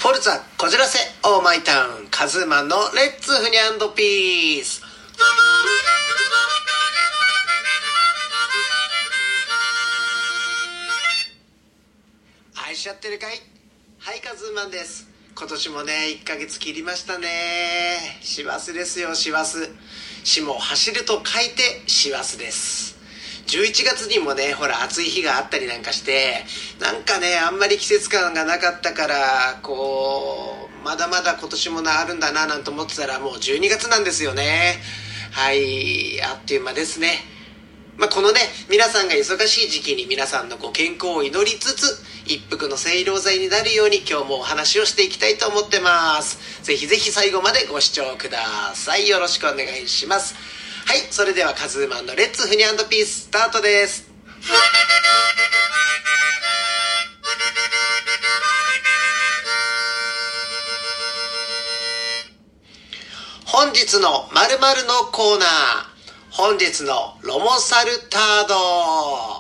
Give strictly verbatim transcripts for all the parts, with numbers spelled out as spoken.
フォルツァこじらせオーマイタウンカズーマンのレッツフニャンドピース。愛しちゃってるかい。はい、カズーマンです。今年もねいっかげつ切りましたね。師走ですよ、師走。師も走ると書いて師走です。じゅういちがつにもねほら暑い日があったりなんかして、なんかねあんまり季節感がなかったから、こうまだまだ今年もなあるんだななんて思ってたら、もうじゅうにがつなんですよね。はい、あっという間ですね。まあ、このね皆さんが忙しい時期に皆さんのご健康を祈りつつ、一服の清涼剤になるように今日もお話をしていきたいと思ってます。ぜひぜひ最後までご視聴ください。よろしくお願いします。はい、それではカズーマンのレッツフニャンドピーススタートです。本日の〇〇のコーナー、本日のロモサルタード。はい、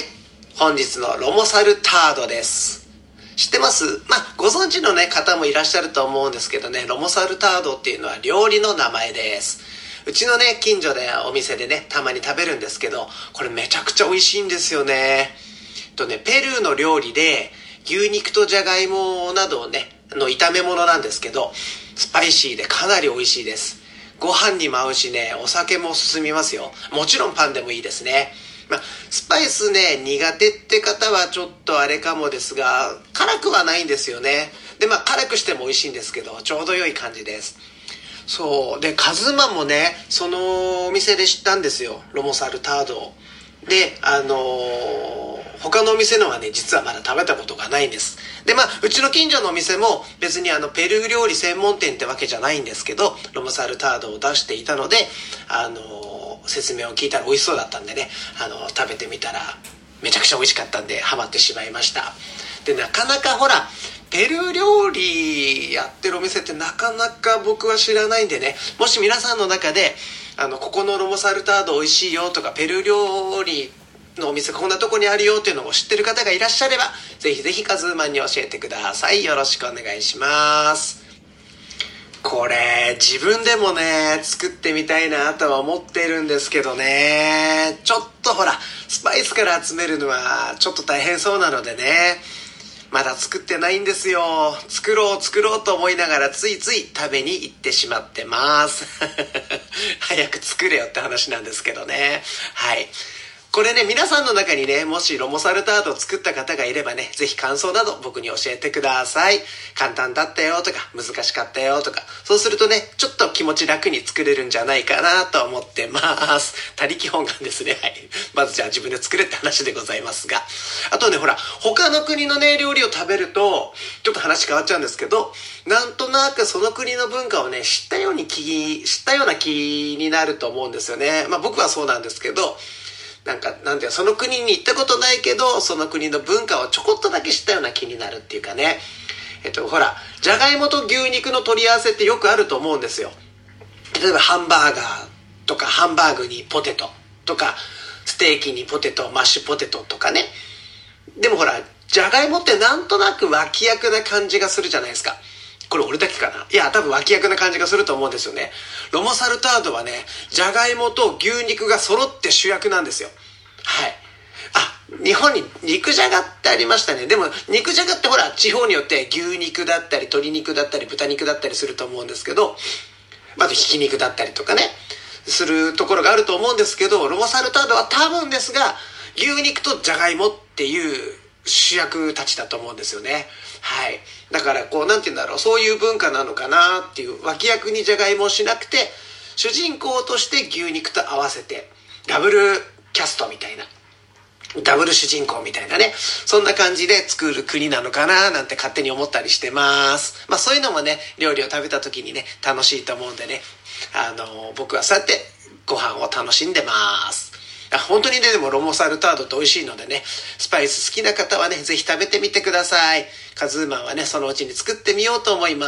本日のロモサルタードです。知ってます？まあご存知の、ね、方もいらっしゃると思うんですけどね、ロモサルタードっていうのは料理の名前です。うちのね近所でお店でねたまに食べるんですけど、これめちゃくちゃ美味しいんですよね。とねペルーの料理で牛肉とじゃがいもなどをねの炒め物なんですけど、スパイシーでかなり美味しいです。ご飯にも合うしね、お酒も進みますよ。もちろんパンでもいいですね。まあ、スパイスね苦手って方はちょっとあれかもですが、辛くはないんですよね。でまあ辛くしても美味しいんですけど、ちょうど良い感じです。そうでカズマもねそのお店で知ったんですよ、ロモサルタードで。あのー、他のお店のはね実はまだ食べたことがないんです。でまあうちの近所のお店も別にあのペルー料理専門店ってわけじゃないんですけど、ロモサルタードを出していたので、あのー、説明を聞いたら美味しそうだったんでね、あのー、食べてみたらめちゃくちゃ美味しかったんでハマってしまいました。でなかなかほらペルー料理やってるお店ってなかなか僕は知らないんでね、もし皆さんの中であのここのロモサルタード美味しいよとか、ペルー料理のお店こんなとこにあるよっていうのを知ってる方がいらっしゃれば、ぜひぜひカズーマンに教えてください。よろしくお願いします。これ自分でもね作ってみたいなとは思ってるんですけどね、ちょっとほらスパイスから集めるのはちょっと大変そうなのでね、まだ作ってないんですよ。作ろう作ろうと思いながらついつい食べに行ってしまってます早く作れよって話なんですけどね。はい、これね皆さんの中にねもしロモサルタードを作った方がいればね、ぜひ感想など僕に教えてください。簡単だったよとか難しかったよとか、そうするとねちょっと気持ち楽に作れるんじゃないかなと思ってます。他力本願ですね。はい、まずじゃあ自分で作れって話でございますが、あとねほら他の国のね料理を食べるとちょっと話変わっちゃうんですけど、なんとなくその国の文化をね知ったように気知ったような気になると思うんですよね。まあ僕はそうなんですけど、なんかなんていうその国に行ったことないけどその国の文化をちょこっとだけ知ったような気になるっていうかね。えっとほらじゃがいもと牛肉の取り合わせってよくあると思うんですよ。例えばハンバーガーとかハンバーグにポテトとかステーキにポテトマッシュポテトとかね。でもほらじゃがいもってなんとなく脇役な感じがするじゃないですか。これ俺だけかな。いや多分脇役な感じがすると思うんですよね。ロモサルタードはねじゃがいもと牛肉が揃って主役なんですよ。はい。あ、日本に肉じゃがってありましたね。でも肉じゃがってほら地方によって牛肉だったり鶏肉だったり豚肉だったりすると思うんですけど、まずひき肉だったりとかねするところがあると思うんですけど、ロモサルタードは多分ですが牛肉とじゃがいもっていう主役たちだと思うんですよね。はい、だからこうなんて言うんだろう、そういう文化なのかなっていう。脇役にじゃがいもをしなくて主人公として牛肉と合わせてダブルキャストみたいな、ダブル主人公みたいなね、そんな感じで作る国なのかななんて勝手に思ったりしてます。まあそういうのもね料理を食べた時にね楽しいと思うんでね、あの僕はそうやってご飯を楽しんでます。本当にねでもロモサルタードって美味しいのでね、スパイス好きな方はねぜひ食べてみてください。カズーマンはねそのうちに作ってみようと思います。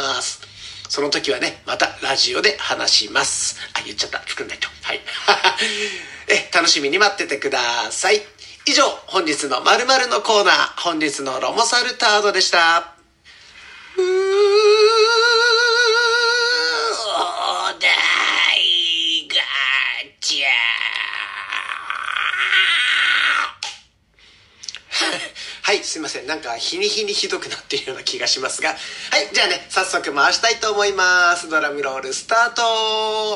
その時はねまたラジオで話します。あ言っちゃった、作んないと。はいえ楽しみに待っててください。以上本日の〇〇のコーナー、本日のロモサルタードでした。 すいません。なんか日に日にひどくなっているような気がしますが。はい、じゃあね、早速回したいと思います。ドラムロールスタート。はい、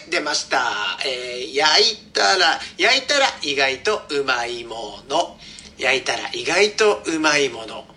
出ました。えー、焼いたら、焼いたら意外とうまいもの。焼いたら意外とうまいもの。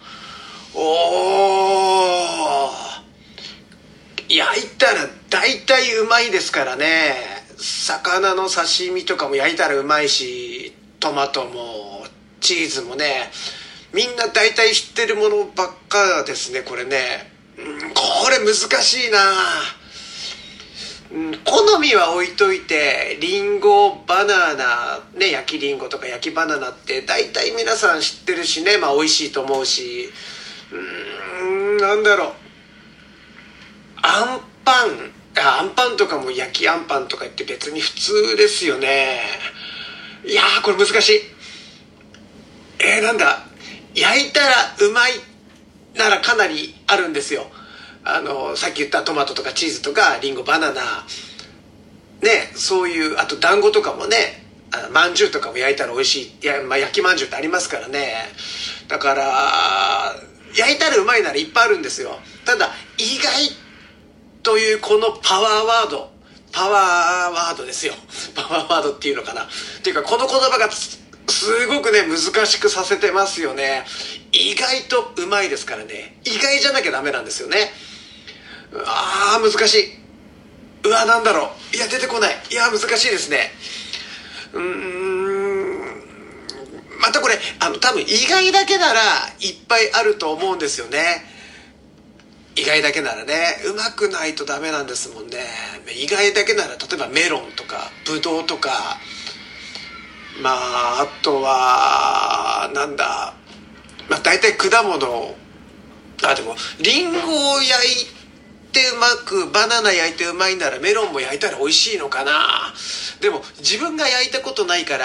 おー。焼いたら大体うまいですからね。魚の刺身とかも焼いたらうまいし、トマトもチーズもね、みんな大体知ってるものばっかですね、これね。うん、これ難しいな。うん、好みは置いといて、リンゴ、バナナ、ね、焼きリンゴとか焼きバナナって大体皆さん知ってるしね、まあ美味しいと思うし、うーん、なんだろう。アンパン、あ、アンパンとかも焼きアンパンとか言って別に普通ですよね。いやー、これ難しい。えー、なんだ、焼いたらうまいならかなりあるんですよ。あのさっき言ったトマトとかチーズとかリンゴ、バナナね、そういう、あと団子とかもね、あのまんじゅうとかも焼いたら美味しい、いや、まあ、焼きまんじゅうってありますからね。だから焼いたらうまいならいっぱいあるんですよ。ただ意外というこのパワーワード、パワーワードですよ。パワーワードっていうのかな。っていうかこの言葉がすごくね難しくさせてますよね。意外とうまいですからね。意外じゃなきゃダメなんですよね。あー難しい。うわ、なんだろう。いや出てこない。いや難しいですね。うーん、またこれあの多分意外だけならいっぱいあると思うんですよね。意外だけならね、うまくないとダメなんですもんね。意外だけなら例えばメロンとかブドウとか、まああとはなんだ、まあ大体果物、あでもリンゴを焼いてうまく、バナナ焼いてうまいならメロンも焼いたら美味しいのかな。でも自分が焼いたことないから、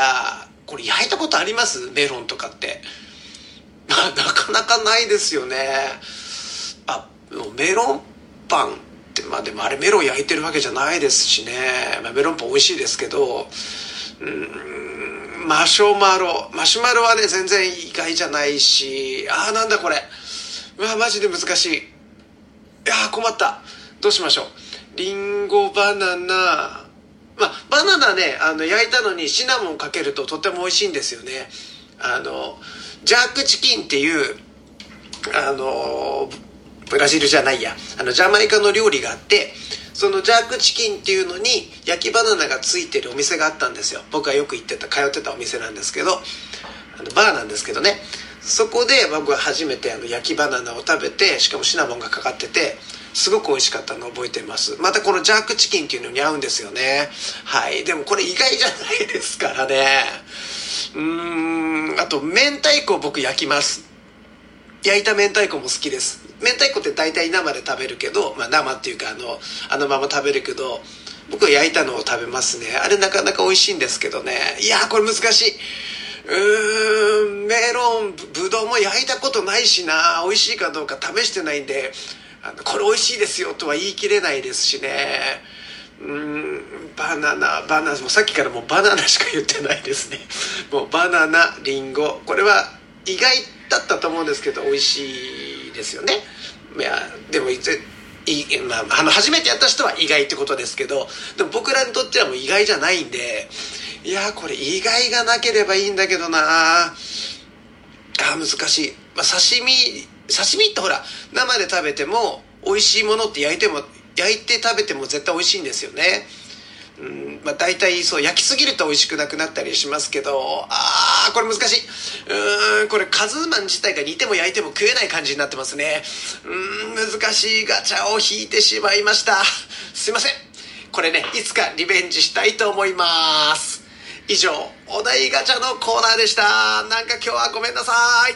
これ焼いたことあります？メロンとかって。まあなかなかないですよね。あ、メロンパンって、まあでもあれメロン焼いてるわけじゃないですしね。まあ、メロンパン美味しいですけど、うーん、マシュマロマシュマロはね全然意外じゃないし、あーなんだこれ、うわマジで難しい。いやー困った。どうしましょう。リンゴ、バナナ、まあバナナね、あの焼いたのにシナモンかけるととても美味しいんですよね。あのジャークチキンっていうあのブラジルじゃないや、あのジャマイカの料理があって、そのジャークチキンっていうのに焼きバナナがついてるお店があったんですよ。僕がよく行ってた、通ってたお店なんですけど、あのバーなんですけどね。そこで僕は初めてあの焼きバナナを食べて、しかもシナモンがかかっててすごく美味しかったのを覚えてます。またこのジャークチキンっていうのに合うんですよね。はい。でもこれ意外じゃないですからね。うーん、あと明太子を僕焼きます。焼いた明太子も好きです。明太子って大体生で食べるけど、まあ、生っていうかあのあのまま食べるけど、僕は焼いたのを食べますね。あれなかなか美味しいんですけどね。いやーこれ難しい。うーん、メロン、ブドウも焼いたことないしな、美味しいかどうか試してないんで、あのこれ美味しいですよとは言い切れないですしね。うーん、バナナバナナもうさっきからもうバナナしか言ってないですね。もうバナナ、リンゴ、これは意外だったと思うんですけど美味しいですよね。いやでもいい、まあ、あの初めてやった人は意外ってことですけど、でも僕らにとってはもう意外じゃないんで、いやこれ意外がなければいいんだけどなあ。難しい、まあ、刺身刺身ってほら生で食べても美味しいものって焼いても焼いて食べても絶対美味しいんですよね。うん、まあ大体そう焼きすぎると美味しくなくなったりしますけど、あーこれ難しい。うーん、これカズーマン自体が煮ても焼いても食えない感じになってますね。うーん、難しいガチャを引いてしまいました。すいません。これねいつかリベンジしたいと思います。以上お題ガチャのコーナーでした。なんか今日はごめんなさい。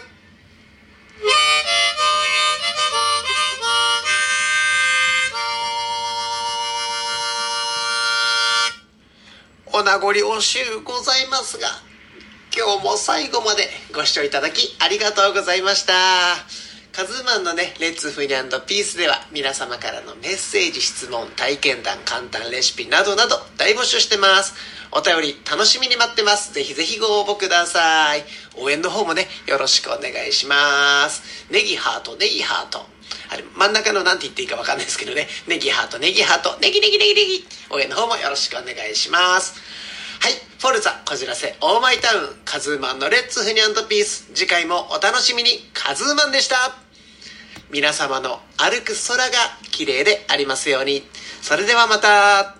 お名残惜しゅうございますが、今日も最後までご視聴いただきありがとうございました。 カズーマンのね、レッツフーニャンドピースでは皆様からのメッセージ、質問、体験談、簡単レシピなどなど大募集してます。お便り楽しみに待ってます。ぜひぜひご応募ください。応援の方もね、よろしくお願いします。ネギハート、ネギハート。あれ、真ん中のなんて言っていいかわかんないですけどね。ネギハート、ネギハート、ネギネギネギネギ。応援の方もよろしくお願いします。はい、フォルツァ、こじらせ、オーマイタウン、カズーマンのレッツフニャンドピース。次回もお楽しみに。カズーマンでした。皆様の歩く空が綺麗でありますように。それではまた。